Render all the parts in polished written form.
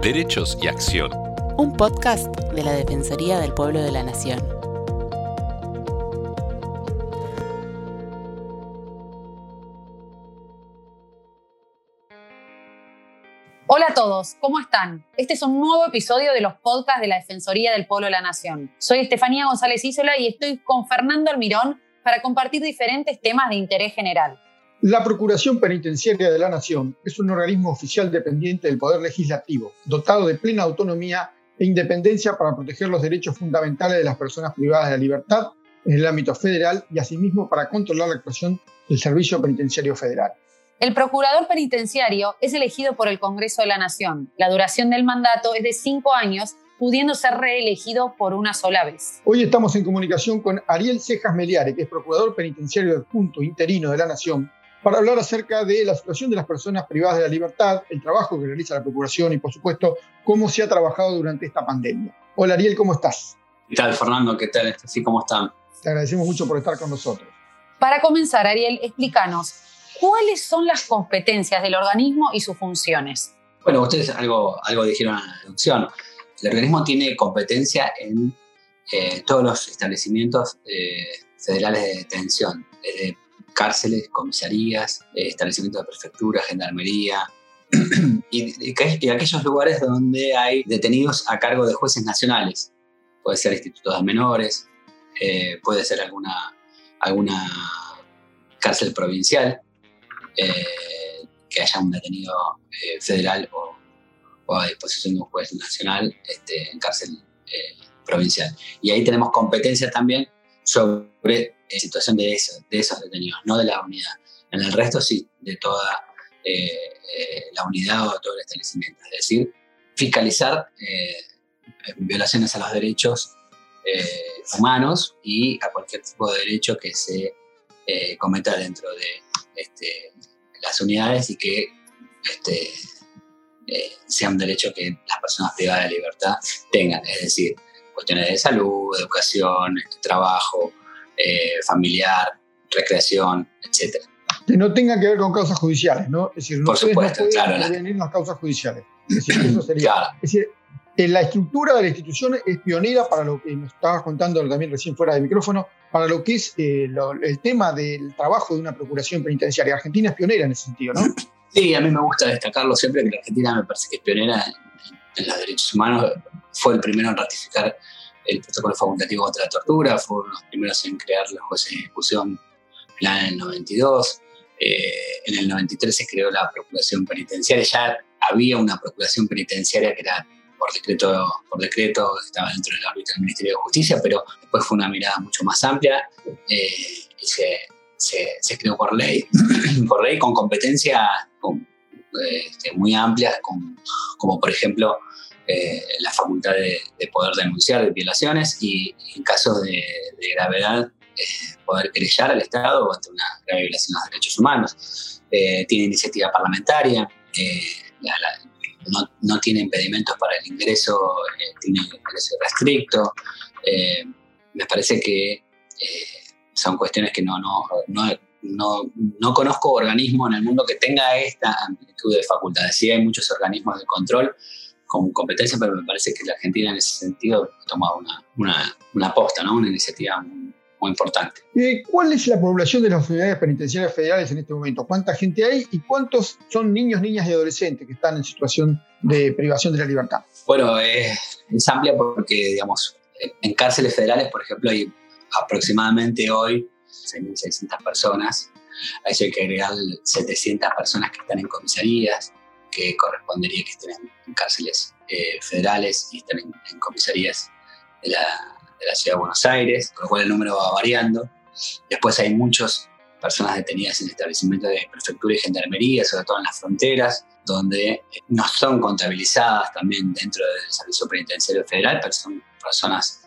Derechos y Acción. Un podcast de la Defensoría del Pueblo de la Nación. Hola a todos, ¿cómo están? Este es un nuevo episodio de los podcasts de la Defensoría del Pueblo de la Nación. Soy Estefanía González Isola y estoy con Fernando Almirón para compartir diferentes temas de interés general. La Procuración Penitenciaria de la Nación es un organismo oficial dependiente del Poder Legislativo, dotado de plena autonomía e independencia para proteger los derechos fundamentales de las personas privadas de la libertad en el ámbito federal y asimismo para controlar la actuación del Servicio Penitenciario Federal. El procurador penitenciario es elegido por el Congreso de la Nación. La duración del mandato es de 5 años, pudiendo ser reelegido por una sola vez. Hoy estamos en comunicación con Ariel Cejas Meliare, que es procurador penitenciario adjunto interino de la Nación, para hablar acerca de la situación de las personas privadas de la libertad, el trabajo que realiza la Procuración y, por supuesto, cómo se ha trabajado durante esta pandemia. Hola Ariel, ¿cómo estás? ¿Qué tal, Fernando? ¿Qué tal? ¿Sí, cómo están? Te agradecemos mucho por estar con nosotros. Para comenzar, Ariel, explícanos, ¿cuáles son las competencias del organismo y sus funciones? Bueno, ustedes algo dijeron en la introducción. El organismo tiene competencia en todos los establecimientos federales de detención, desde cárceles, comisarías, establecimientos de prefectura, gendarmería y aquellos lugares donde hay detenidos a cargo de jueces nacionales. Puede ser institutos de menores, puede ser alguna cárcel provincial, que haya un detenido federal o a disposición de un juez nacional en cárcel provincial. Y ahí tenemos competencias también sobre situación de esos detenidos, no de la unidad. En el resto sí, de toda la unidad o todo el establecimiento. Es decir, fiscalizar violaciones a los derechos humanos y a cualquier tipo de derecho que se cometa dentro de las unidades y que sea un derecho que las personas privadas de libertad tengan. Es decir, cuestiones de salud, educación, trabajo, familiar, recreación, etc. Que no tenga que ver con causas judiciales, ¿no? Es decir, por supuesto, no pueden claro, prevenir las causas judiciales. Es decir, eso sería. Claro. Es decir, la estructura de la institución es pionera para lo que nos estabas contando también recién fuera de micrófono, para lo que es el tema del trabajo de una procuración penitenciaria. Argentina es pionera en ese sentido, ¿no? Sí, a mí me gusta destacarlo siempre que la Argentina me parece que es pionera en los derechos humanos. Fue el primero en ratificar el protocolo facultativo contra la tortura, fueron los primeros en crear los jueces de ejecución en el 92. En el 93 se creó la procuración penitenciaria. Ya había una procuración penitenciaria que era por decreto, estaba dentro de la órbita del Ministerio de Justicia, pero después fue una mirada mucho más amplia y se creó por ley con competencias muy amplias, como por ejemplo la facultad de poder denunciar violaciones y en casos de gravedad poder querellar al Estado ante una grave violación de los derechos humanos. Tiene iniciativa parlamentaria, no tiene impedimentos para el ingreso, tiene ingreso restricto. Me parece que son cuestiones que no conozco organismo en el mundo que tenga esta amplitud de facultades. Sí hay muchos organismos de control con competencia, pero me parece que la Argentina en ese sentido ha tomado una aposta, ¿no? Una iniciativa muy importante. ¿Cuál es la población de las unidades penitenciarias federales en este momento? ¿Cuánta gente hay y cuántos son niños, niñas y adolescentes que están en situación de privación de la libertad? Bueno, es amplia porque, digamos, en cárceles federales, por ejemplo, hay aproximadamente hoy 6.600 personas. A eso hay que agregar 700 personas que están en comisarías, que correspondería que estén en cárceles federales y estén en comisarías de la Ciudad de Buenos Aires, con lo cual el número va variando. Después hay muchas personas detenidas en establecimientos de prefectura y gendarmería, sobre todo en las fronteras, donde no son contabilizadas también dentro del Servicio Penitenciario Federal, pero son personas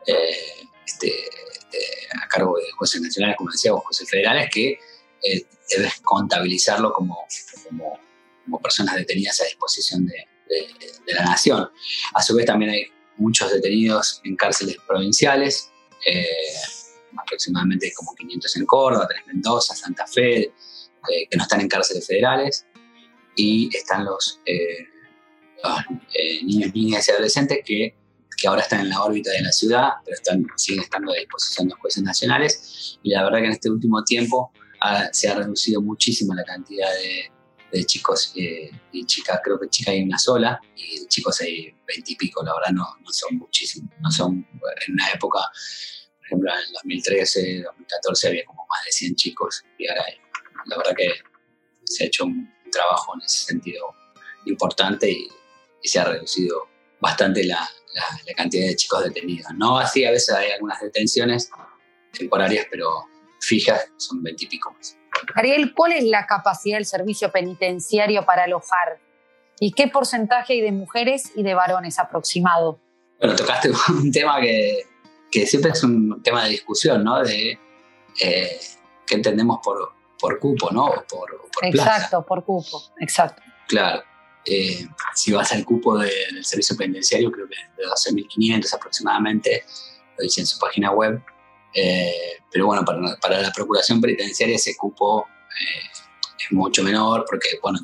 a cargo de jueces nacionales, como decía, o jueces federales, que debes contabilizarlo como personas detenidas a disposición de la nación. A su vez también hay muchos detenidos en cárceles provinciales, aproximadamente como 500 en Córdoba, 3 en Mendoza, Santa Fe, que no están en cárceles federales, y están los niños, niñas y adolescentes que ahora están en la órbita de la ciudad, pero siguen estando a disposición de los jueces nacionales. Y la verdad que en este último tiempo se ha reducido muchísimo la cantidad de chicos y chicas. Creo que chicas hay una sola, y chicos hay 20 y pico. La verdad no son muchísimos. No son, en una época, por ejemplo, en el 2013, 2014 había como más de 100 chicos, y ahora la verdad que se ha hecho un trabajo en ese sentido importante, y se ha reducido bastante la cantidad de chicos detenidos. No así, a veces hay algunas detenciones temporarias, pero fijas son 20 y pico más. Ariel, ¿cuál es la capacidad del servicio penitenciario para alojar? ¿Y qué porcentaje hay de mujeres y de varones aproximado? Bueno, tocaste un tema que siempre es un tema de discusión, ¿no? De qué entendemos por cupo, ¿no? O por plaza. Exacto, por cupo, exacto. Claro. Si vas al cupo del servicio penitenciario, creo que es de 12.500 aproximadamente, lo dice en su página web. Pero bueno, para la procuración penitenciaria ese cupo es mucho menor, porque bueno,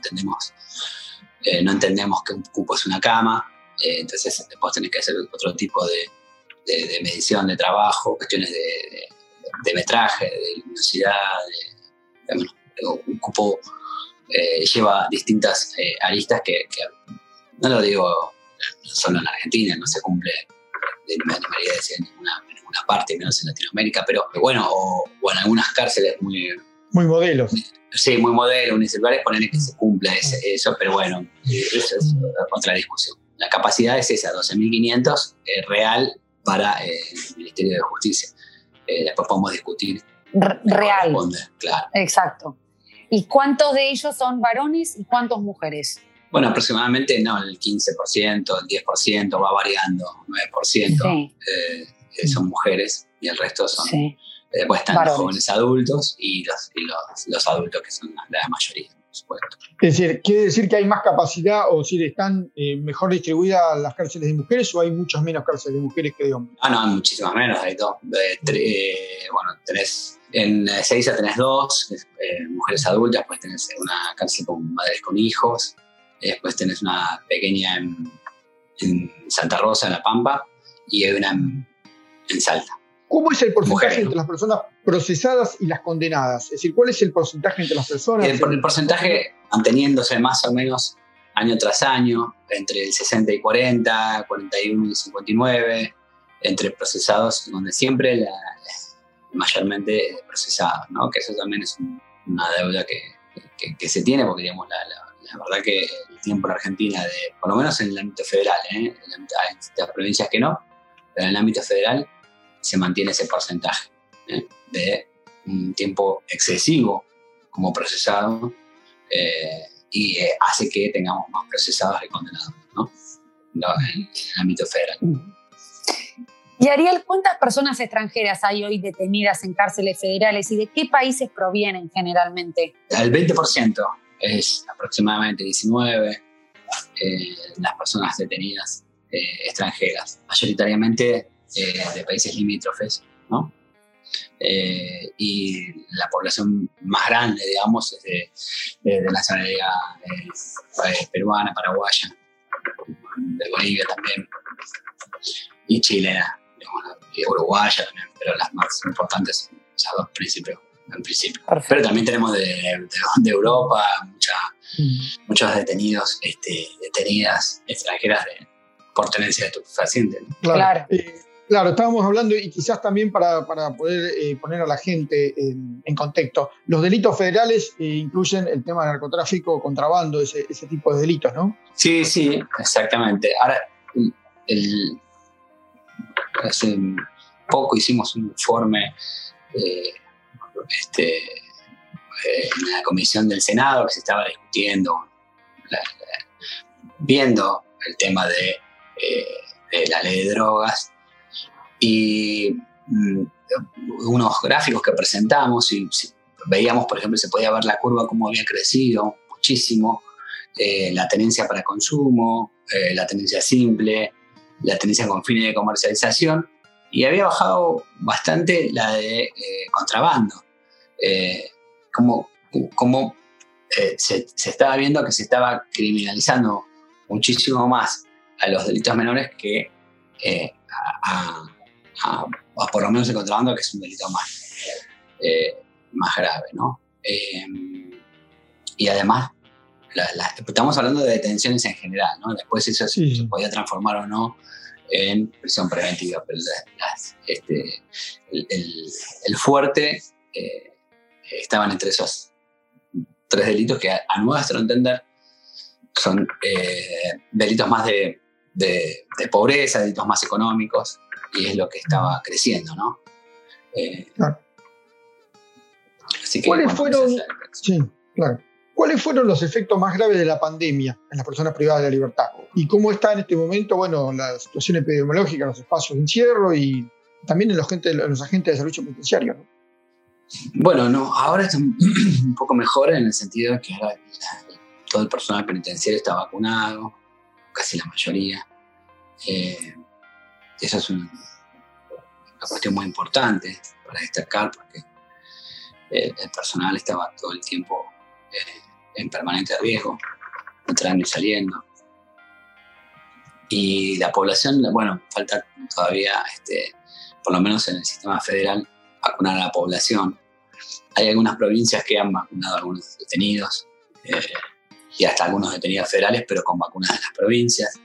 no entendemos que un cupo es una cama, entonces después tenés que hacer otro tipo de medición de trabajo, cuestiones de metraje, de luminosidad, bueno, un cupo lleva distintas aristas que no lo digo solo en Argentina, no se cumple, me animaría a decir, en ninguna parte, menos en Latinoamérica, pero bueno, o en algunas cárceles muy modelos. Sí, muy modelos, municipales, ponerle que se cumpla eso, pero bueno, eso es otra discusión. La capacidad es esa, 12.500 real para el Ministerio de Justicia. Después podemos discutir. Real. Claro. Exacto. ¿Y cuántos de ellos son varones y cuántos mujeres? Bueno, aproximadamente el 15%, el 10%, va variando, 9% son mujeres, y el resto son... Sí. Después están los jóvenes adultos y los adultos, que son la mayoría, por supuesto. Es decir, ¿quiere decir que hay más capacidad, o si están mejor distribuidas las cárceles de mujeres, o hay muchas menos cárceles de mujeres que de hombres? No, hay muchísimas menos. Hay dos. Bueno, en Ezeiza tenés 2 mujeres adultas, después tenés una cárcel con madres con hijos, después tenés una pequeña en Santa Rosa, en La Pampa, y hay una en Salta. ¿Cómo es el porcentaje entre las personas procesadas y las condenadas? Es decir, ¿cuál es el porcentaje entre las personas? El porcentaje manteniéndose más o menos año tras año, entre el 60 y 40, 41 y 59, entre procesados, donde siempre mayormente procesados, ¿no? Que eso también es una deuda que se tiene, porque digamos, la verdad que el tiempo en Argentina, por lo menos en el ámbito federal, hay distintas provincias que no, pero en el ámbito federal se mantiene ese porcentaje de un tiempo excesivo como procesado, y hace que tengamos más procesados que condenados, ¿no? En el ámbito federal. Y Ariel, ¿cuántas personas extranjeras hay hoy detenidas en cárceles federales y de qué países provienen generalmente? El 20% es aproximadamente 19 las personas detenidas extranjeras, mayoritariamente de países limítrofes, ¿no? Y la población más grande, digamos, es de nacionalidad peruana, paraguaya, de Bolivia también, y chilena, y uruguaya también, pero las más importantes son esas dos principios, en principio. Perfecto. Pero también tenemos de Europa muchos detenidos, detenidas extranjeras por tenencia de estupefacientes, ¿no? Claro. Claro, estábamos hablando, y quizás también para poder poner a la gente en contexto, los delitos federales incluyen el tema de narcotráfico, contrabando, ese tipo de delitos, ¿no? Sí, exactamente. Ahora, hace poco hicimos un informe en la comisión del Senado, que se estaba discutiendo, viendo el tema de la ley de drogas, y unos gráficos que presentamos, y veíamos, por ejemplo, se podía ver la curva cómo había crecido muchísimo, la tenencia para consumo, la tenencia simple, la tenencia con fines de comercialización, y había bajado bastante la de contrabando. Como se estaba viendo que se estaba criminalizando muchísimo más a los delitos menores que a por lo menos el contrabando, que es un delito más grave, ¿no? Y además, estamos hablando de detenciones en general, ¿no? Después eso se podía transformar o no en prisión preventiva, pero el fuerte estaban entre esos 3 delitos que a nuestro entender son delitos más de pobreza, delitos más económicos, y es lo que estaba creciendo, ¿no? Claro. Así que, ¿Cuáles fueron los efectos más graves de la pandemia en las personas privadas de la libertad? ¿Y cómo está en este momento, la situación epidemiológica en los espacios de encierro y también en los agentes de servicio penitenciario, ¿no? Bueno, no, ahora está un poco mejor en el sentido de que ahora todo el personal penitenciario está vacunado, casi la mayoría. Eso es una cuestión muy importante para destacar, porque el personal estaba todo el tiempo en permanente riesgo, entrando y saliendo. Y la población, bueno, falta todavía, por lo menos en el sistema federal, vacunar a la población. Hay algunas provincias que han vacunado a algunos detenidos y hasta algunos detenidos federales, pero con vacunas de las provincias.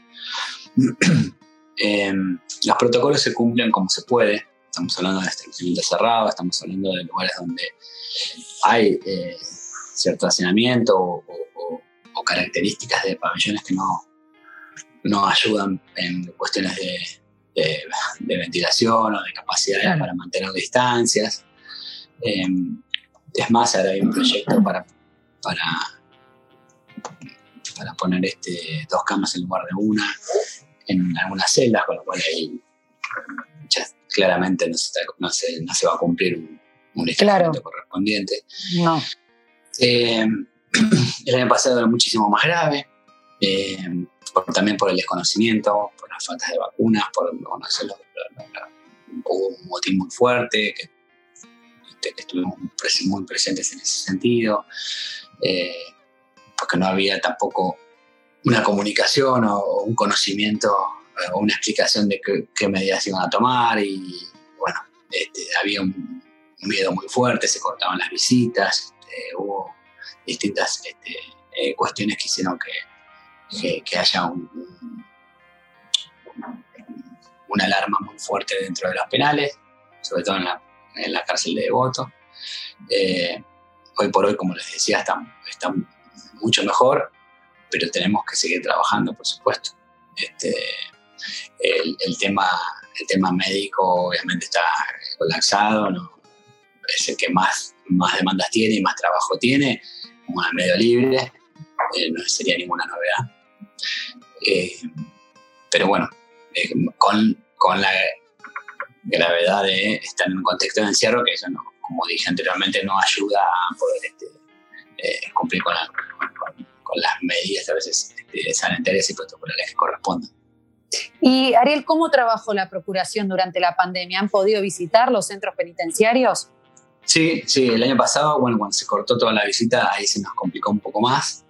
Los protocolos se cumplen como se puede. Estamos hablando de establecimientos cerrados, estamos hablando de lugares donde hay cierto hacinamiento o características de pabellones que no ayudan en cuestiones de ventilación o de capacidades para mantener distancias. Es más, ahora hay un proyecto para poner 2 camas en lugar de una en algunas celdas, con lo cual ahí ya claramente no se va a cumplir un distanciamiento correspondiente. No. El año pasado era muchísimo más grave, también por el desconocimiento, por las faltas de vacunas, hubo un motín muy fuerte, que estuvimos muy presentes en ese sentido, porque no había tampoco una comunicación o un conocimiento o una explicación de qué medidas iban a tomar, y bueno, había un miedo muy fuerte, se cortaban las visitas, hubo distintas cuestiones que hicieron que haya una alarma muy fuerte dentro de los penales, sobre todo en la cárcel de Devoto. Hoy por hoy, como les decía, está mucho mejor, pero tenemos que seguir trabajando, por supuesto. El tema médico obviamente está colapsado, ¿no? Es el que más demandas tiene y más trabajo tiene, como en el medio libre, no sería ninguna novedad. Pero bueno, con la gravedad de estar en un contexto de encierro, que eso, no, como dije anteriormente, no ayuda a poder cumplir con las medidas a veces sanitarias y protocolarias que correspondan. Y Ariel, ¿cómo trabajó la Procuración durante la pandemia? ¿Han podido visitar los centros penitenciarios? Sí, el año pasado, cuando se cortó toda la visita, ahí se nos complicó un poco más,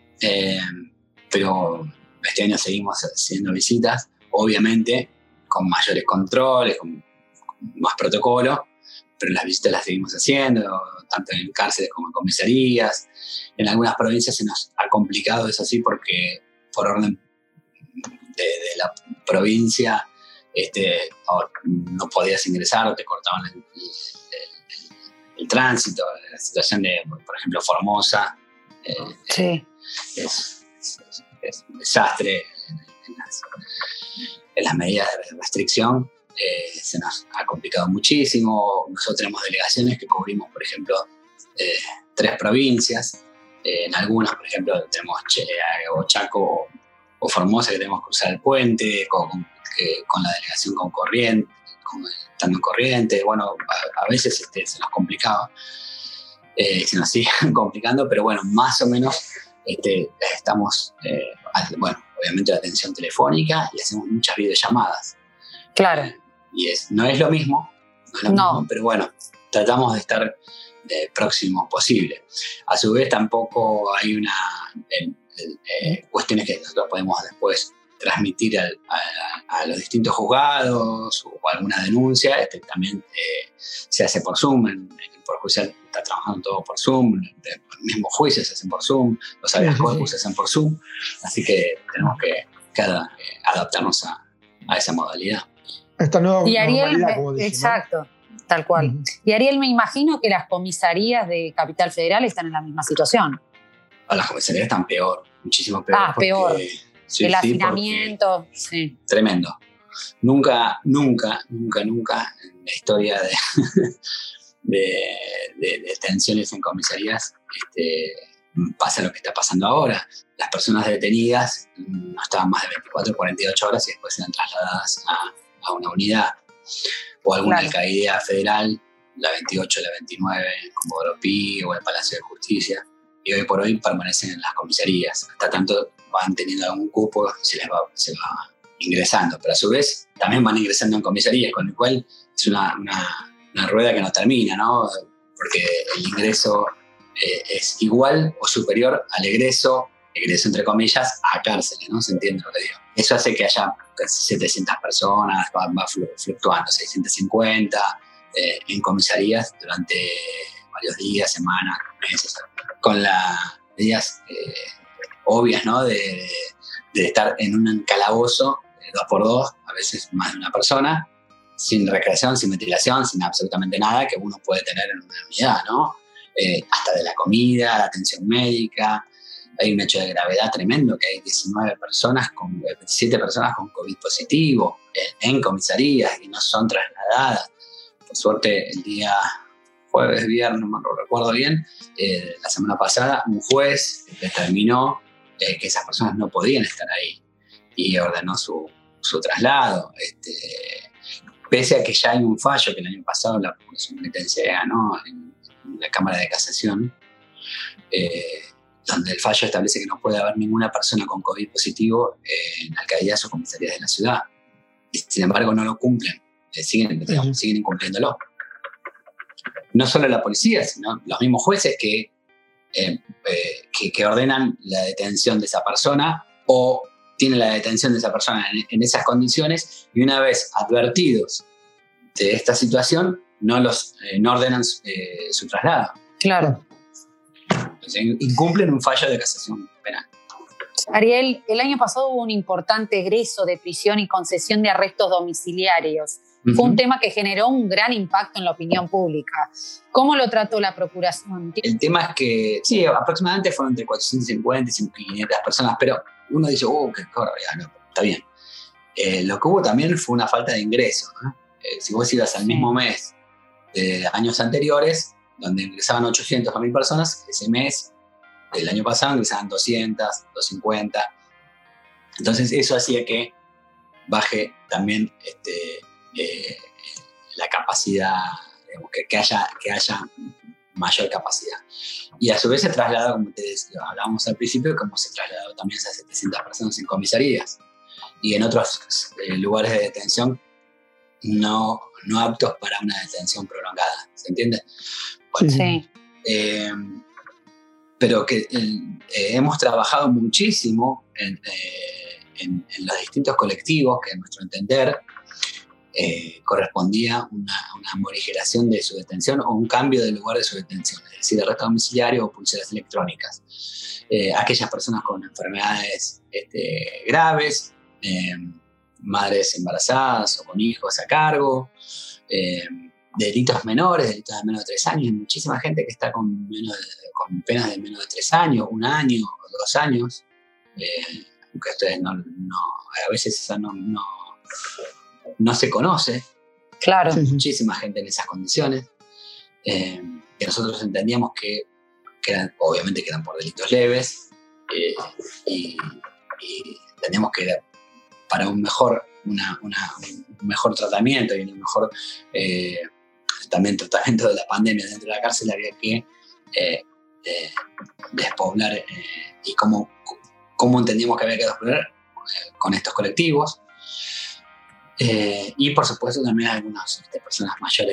pero este año seguimos haciendo visitas, obviamente con mayores controles, con más protocolo, pero las visitas las seguimos haciendo, tanto en cárceles como en comisarías. En algunas provincias se nos ha complicado, eso sí, porque por orden de la provincia no podías ingresar o te cortaban el tránsito. La situación de, por ejemplo, Formosa es un desastre en las medidas de restricción. Se nos ha complicado muchísimo. Nosotros tenemos delegaciones que cubrimos, por ejemplo, 3 provincias. En algunas, por ejemplo, tenemos Chaco o Formosa, que tenemos que cruzar el puente con la delegación estando en Corrientes. Bueno, a veces se nos complicaba, se nos sigue complicando, pero bueno, más o menos estamos, obviamente la atención telefónica, y hacemos muchas videollamadas. Claro. Y no es lo mismo, pero bueno, tratamos de estar próximos posible. A su vez, tampoco hay cuestiones que nosotros podemos después transmitir a los distintos juzgados o alguna denuncia, también se hace por Zoom. El Poder Judicial está trabajando todo por Zoom, los mismos juicios se hacen por Zoom, los habeas corpus se hacen por Zoom, así que tenemos que adaptarnos a esa modalidad. Esta nueva y Ariel, normalidad, como dicen, exacto, ¿no? Tal cual. Y Ariel, me imagino que las comisarías de Capital Federal están en la misma situación. Las comisarías están peor, muchísimo peor. Peor. Sí, el hacinamiento. Sí. Tremendo. Nunca en la historia de detenciones en comisarías pasa lo que está pasando ahora. Las personas detenidas no estaban más de 24 o 48 horas y después eran trasladadas a una unidad o alguna alcaldía federal, la 28, la 29, como Oropí o el Palacio de Justicia, y hoy por hoy permanecen en las comisarías. Hasta tanto van teniendo algún cupo y se va ingresando, pero a su vez también van ingresando en comisarías, con lo cual es una rueda que no termina, ¿no? Porque el ingreso es igual o superior al egreso entre comillas, a cárceles, ¿no? ¿Se entiende lo que digo? Eso hace que haya casi 700 personas, va fluctuando, 650 en comisarías durante varios días, semanas, meses, con las medidas obvias, ¿no? De estar en un calabozo 2x2, a veces más de una persona, sin recreación, sin ventilación, sin absolutamente nada que uno puede tener en una unidad, ¿no? Hasta de la comida, la atención médica. Hay un hecho de gravedad tremendo, que hay 17 personas con COVID positivo en comisarías y no son trasladadas. Por suerte, el día jueves, viernes, no me lo recuerdo bien, la semana pasada, un juez determinó que esas personas no podían estar ahí y ordenó su traslado. Pese a que ya hay un fallo que el año pasado la Procuración Penitenciaria ganó en la Cámara de Casación, donde el fallo establece que no puede haber ninguna persona con COVID positivo en alcaldías o comisarías de la ciudad. Y, sin embargo, no lo cumplen, siguen incumpliéndolo. No solo la policía, sino los mismos jueces que ordenan la detención de esa persona o tienen la detención de esa persona en esas condiciones, y una vez advertidos de esta situación, no ordenan su traslado. Claro. Entonces, incumplen un fallo de casación penal. Ariel, el año pasado hubo un importante egreso de prisión y concesión de arrestos domiciliarios. Fue un tema que generó un gran impacto en la opinión pública. ¿Cómo lo trató la Procuración? El tema es que, sí, aproximadamente fueron entre 450 y 500 personas, pero uno dice, qué barbaridad, no, está bien. Lo que hubo también fue una falta de ingreso, ¿no? Si vos ibas al mismo mes de años anteriores, donde ingresaban 800 a 1000 personas, ese mes del año pasado ingresaban 200, 250. Entonces eso hacía que baje también la capacidad, digamos, que haya mayor capacidad. Y a su vez se trasladó, como te decía, hablábamos al principio, como se trasladó también esas 700 personas en comisarías y en otros lugares de detención no aptos para una detención prolongada, ¿se entiende? Bueno, sí. Pero que hemos trabajado muchísimo en los distintos colectivos que, a nuestro entender, correspondía una morigeración de su detención o un cambio del lugar de su detención, es decir, arresto domiciliario o pulseras electrónicas. Aquellas personas con enfermedades graves, madres embarazadas o con hijos a cargo, delitos menores, delitos de menos de 3 años. Hay muchísima gente que está con penas de menos de 3 años, 1 año o 2 años, aunque ustedes a veces eso no se conoce. Claro. Muchísima gente en esas condiciones, que nosotros entendíamos que obviamente que eran por delitos leves, y entendíamos que era para un mejor tratamiento y un mejor también tratamiento de la pandemia dentro de la cárcel. Había que despoblar, y cómo entendíamos que había que despoblar con estos colectivos, y por supuesto también algunas personas mayores,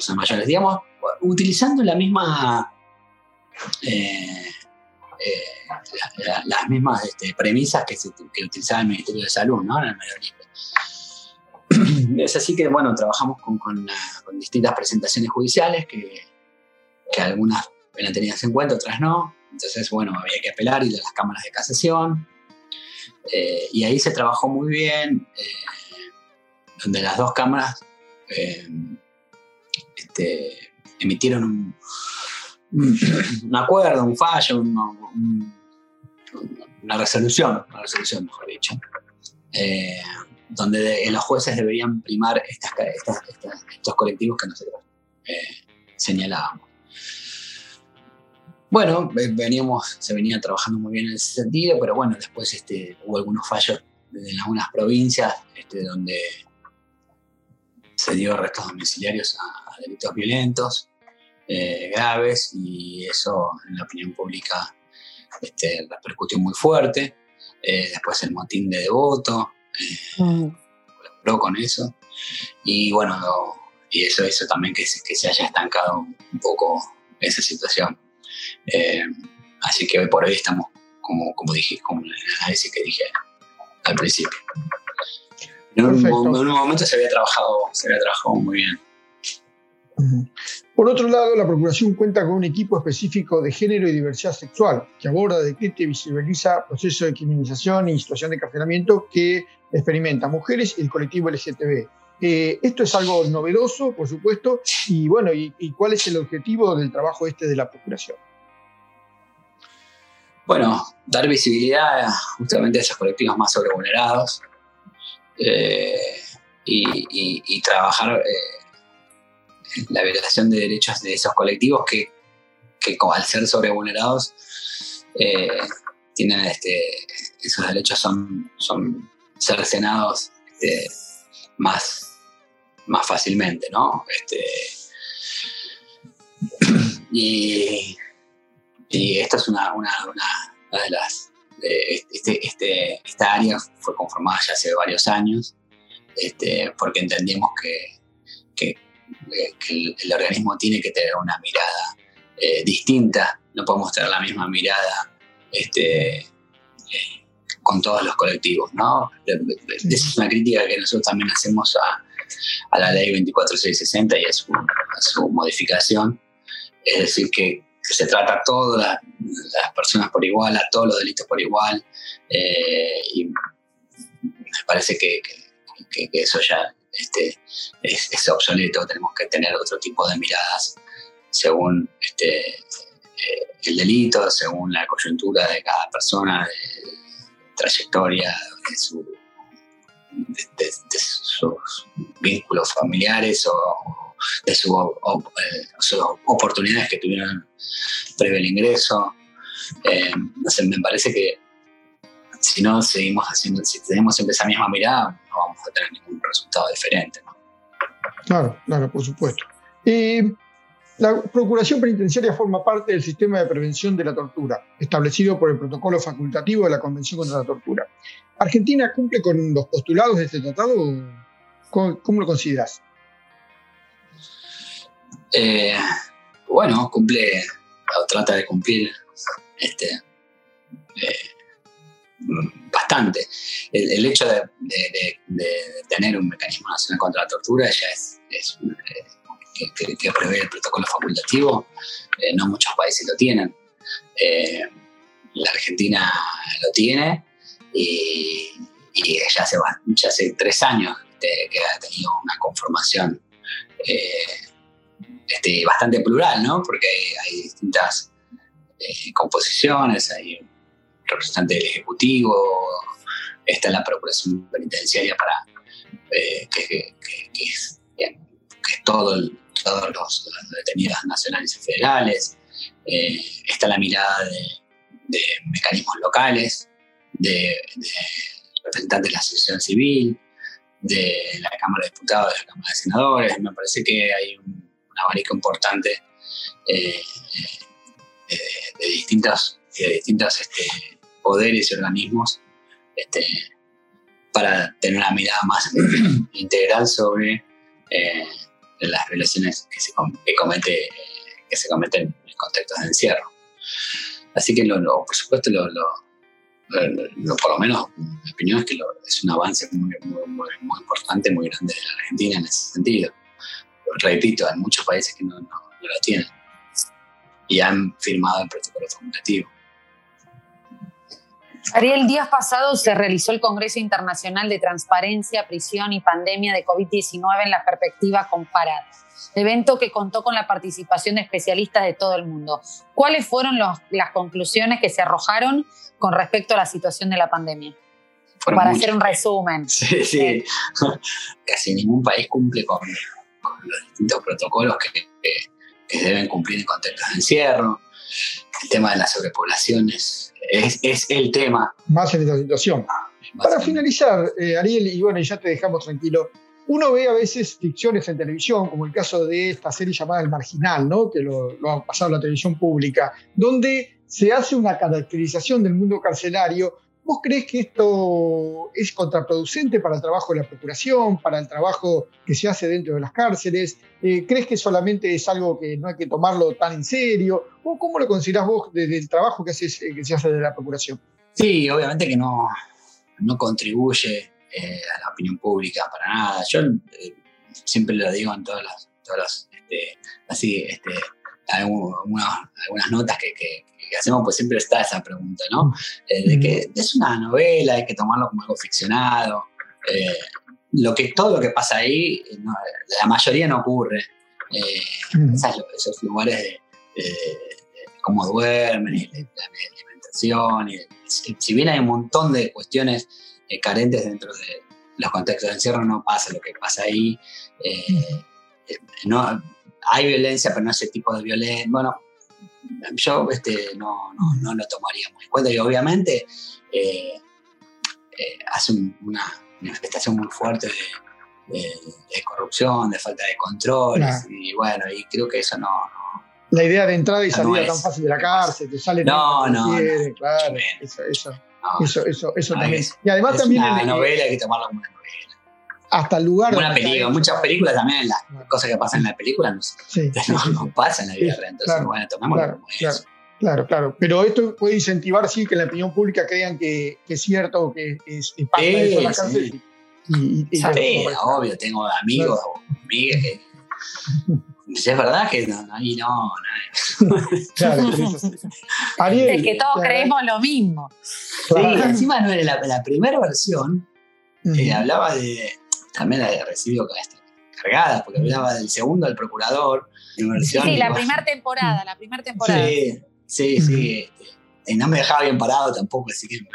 digamos, utilizando la misma las mismas premisas que utilizaba el Ministerio de Salud, ¿no? En el Medio Oriente. Es así que, bueno, trabajamos con distintas presentaciones judiciales que algunas eran tenidas en cuenta, otras no. Entonces, bueno, había que apelar, ir a las cámaras de casación. Y ahí se trabajó muy bien, donde las dos cámaras emitieron un acuerdo, un fallo, una resolución, mejor dicho, donde los jueces deberían primar estos colectivos que nosotros señalábamos. Bueno, se venía trabajando muy bien en ese sentido, pero bueno, después hubo algunos fallos en algunas provincias donde se dio arrestos domiciliarios a delitos violentos graves, y eso en la opinión pública repercutió muy fuerte. Después el motín de Devoto colaboró con eso, y bueno, y eso hizo también que se haya estancado un poco esa situación. Así que hoy por hoy estamos como dije, como en el análisis que dije al principio. En un momento se había trabajado muy bien. Por otro lado, la Procuración cuenta con un equipo específico de género y diversidad sexual que aborda, detecta y visibiliza procesos de criminalización y situación de encarcelamiento que experimenta mujeres y el colectivo LGTB. Esto es algo novedoso, por supuesto, y bueno, ¿y cuál es el objetivo del trabajo de la Procuración? Bueno, dar visibilidad justamente a esos colectivos más sobrevulnerados, y trabajar la violación de derechos de esos colectivos que al ser sobrevulnerados tienen esos derechos son cercenados más fácilmente, ¿no? Y esto es una de las... esta área fue conformada ya hace varios años, porque entendimos que el organismo tiene que tener una mirada distinta. No podemos tener la misma mirada con todos los colectivos, ¿no? Esa es una crítica que nosotros también hacemos a la ley 24660 y a su modificación. Es decir, que se trata a todas las personas por igual, a todos los delitos por igual, y me parece que eso ya es obsoleto. Tenemos que tener otro tipo de miradas según el delito, según la coyuntura de cada persona, de trayectoria, de sus vínculos familiares o de sus oportunidades que tuvieron previo al ingreso. No sé, me parece que si tenemos siempre esa misma mirada, no vamos a tener ningún resultado diferente, ¿no? Claro, por supuesto. La Procuración Penitenciaria forma parte del sistema de prevención de la tortura, establecido por el protocolo facultativo de la Convención contra la Tortura. ¿Argentina cumple con los postulados de este tratado? ¿Cómo lo consideras? Bueno, cumple o trata de cumplir bastante. El hecho de tener un mecanismo nacional contra la tortura ya es que prevé el protocolo facultativo. No muchos países lo tienen. La Argentina lo tiene y ya hace 3 años que ha tenido una conformación bastante plural, ¿no? Porque hay distintas composiciones, hay un representante del Ejecutivo, está la Procuración Penitenciaria que es todos los detenidos nacionales y federales, está la mirada de mecanismos locales, de representantes de la sociedad civil, de la Cámara de Diputados, de la Cámara de Senadores. Me parece que hay un abanico importante de distintos poderes y organismos para tener una mirada más integral sobre las violaciones que se cometen en contextos de encierro. Así que por supuesto, por lo menos mi opinión es que es un avance muy importante, muy grande de la Argentina en ese sentido. Repito, hay muchos países que no lo tienen y han firmado el protocolo facultativo. Ariel, días pasados se realizó el Congreso Internacional de Transparencia, Prisión y Pandemia de COVID-19 en la perspectiva comparada, evento que contó con la participación de especialistas de todo el mundo. ¿Cuáles fueron las conclusiones que se arrojaron con respecto a la situación de la pandemia? Para hacer un resumen. Sí. Casi ningún país cumple con los distintos protocolos que deben cumplir en contextos de encierro. El tema de la sobrepoblación es el tema. Más en esta situación. Para finalizar, Ariel, y bueno, ya te dejamos tranquilo, uno ve a veces ficciones en televisión, como el caso de esta serie llamada El Marginal, ¿no? Que lo ha pasado en la televisión pública, donde se hace una caracterización del mundo carcelario. ¿Vos creés que esto es contraproducente para el trabajo de la Procuración, para el trabajo que se hace dentro de las cárceles? ¿Crees que solamente es algo que no hay que tomarlo tan en serio? ¿O cómo lo considerás vos desde el trabajo que se hace de la Procuración? Sí, obviamente que no contribuye a la opinión pública para nada. Yo siempre lo digo en todas las algunas notas que hacemos, pues siempre está esa pregunta, ¿no? De que es una novela, hay que tomarlo como algo ficcionado. Todo lo que pasa ahí, la mayoría no ocurre. Esos lugares de cómo duermen, y la alimentación. Si bien hay un montón de cuestiones carentes dentro de los contextos de encierro, no pasa lo que pasa ahí. Hay violencia, pero no ese tipo de violencia. Bueno, yo no lo tomaría muy en cuenta y obviamente hace una manifestación muy fuerte de corrupción, de falta de controles, y bueno, y creo que eso no. La idea de entrada y salida tan fácil de la cárcel, te sale no, claro, eso también. Y además es también una novela, hay que tomarlo como una novela. Hasta el lugar. Una película, muchas películas también, las cosas que pasan en la película no pasan en la vida real. Entonces, claro, bueno, tomémoslo como eso. Claro. Pero esto puede incentivar, sí, que en la opinión pública crean que es cierto, que es parte de eso la cárcel. Sí, obvio, tengo amigos o amigas que. Si es verdad que ahí no. Claro, Ariel, es que todos creemos lo mismo. Claro. Sí, encima no era la primera versión, hablaba de. También la de recibido cargada, porque hablaba del segundo al procurador. Sí, la primera temporada. Sí. Y no me dejaba bien parado tampoco, así que.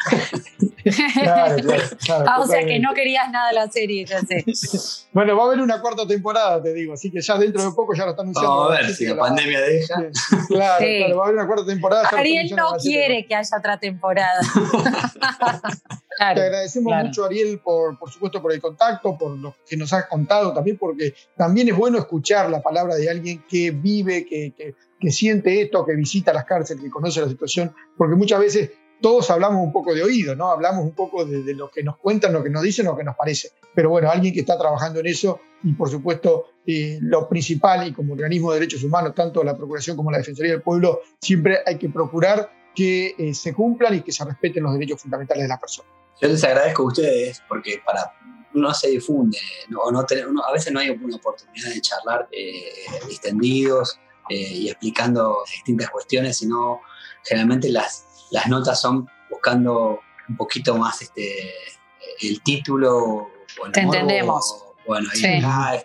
Claro, o sea que no querías nada de la serie, ya sé. Bueno, va a haber una cuarta temporada, te digo, así que ya dentro de poco ya lo están anunciando. Vamos a ver si la pandemia deja. Claro, va a haber una cuarta temporada. Ariel no quiere que haya otra temporada. Te agradecemos mucho, Ariel, por supuesto, por el contacto, por lo que nos has contado, también porque también es bueno escuchar la palabra de alguien que vive, que siente esto, que visita las cárceles, que conoce la situación, porque muchas veces todos hablamos un poco de oído, ¿no? Hablamos un poco de lo que nos cuentan, lo que nos dicen, lo que nos parece. Pero bueno, alguien que está trabajando en eso y por supuesto lo principal, y como organismo de derechos humanos, tanto la Procuración como la Defensoría del Pueblo, siempre hay que procurar que se cumplan y que se respeten los derechos fundamentales de las personas. Yo les agradezco a ustedes porque no se difunde, a veces no hay una oportunidad de charlar distendidos y explicando distintas cuestiones, sino generalmente las notas son buscando un poquito más el título. Te entendemos. Bueno, y acá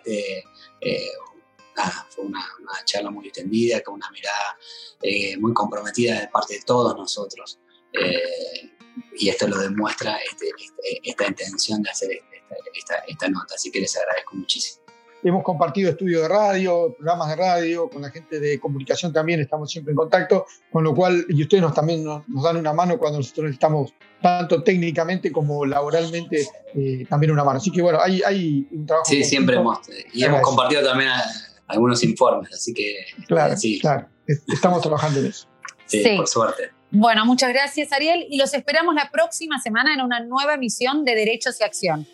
fue una charla muy distendida, con una mirada muy comprometida de parte de todos nosotros. Y esto lo demuestra esta intención de hacer esta nota, así que les agradezco muchísimo. Hemos compartido estudios de radio, programas de radio, con la gente de comunicación también estamos siempre en contacto, con lo cual, y ustedes también nos dan una mano cuando nosotros necesitamos, tanto técnicamente como laboralmente, también una mano. Así que bueno, hay un trabajo. Sí, siempre hemos compartido también algunos informes, así que. Claro, sí. Claro, estamos trabajando en eso. Sí, por suerte. Bueno, muchas gracias, Ariel, y los esperamos la próxima semana en una nueva emisión de Derechos y Acción.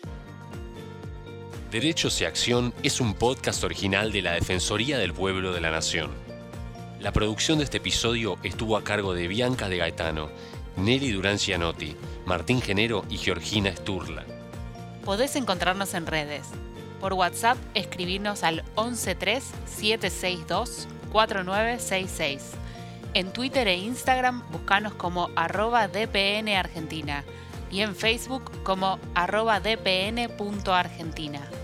Derechos y Acción es un podcast original de la Defensoría del Pueblo de la Nación. La producción de este episodio estuvo a cargo de Bianca de Gaetano, Nelly Durán Cianotti, Martín Genero y Georgina Sturla. Podés encontrarnos en redes. Por WhatsApp, escribirnos al 113-762-4966. En Twitter e Instagram, buscanos como @dpnargentina y en Facebook como @dpn.argentina.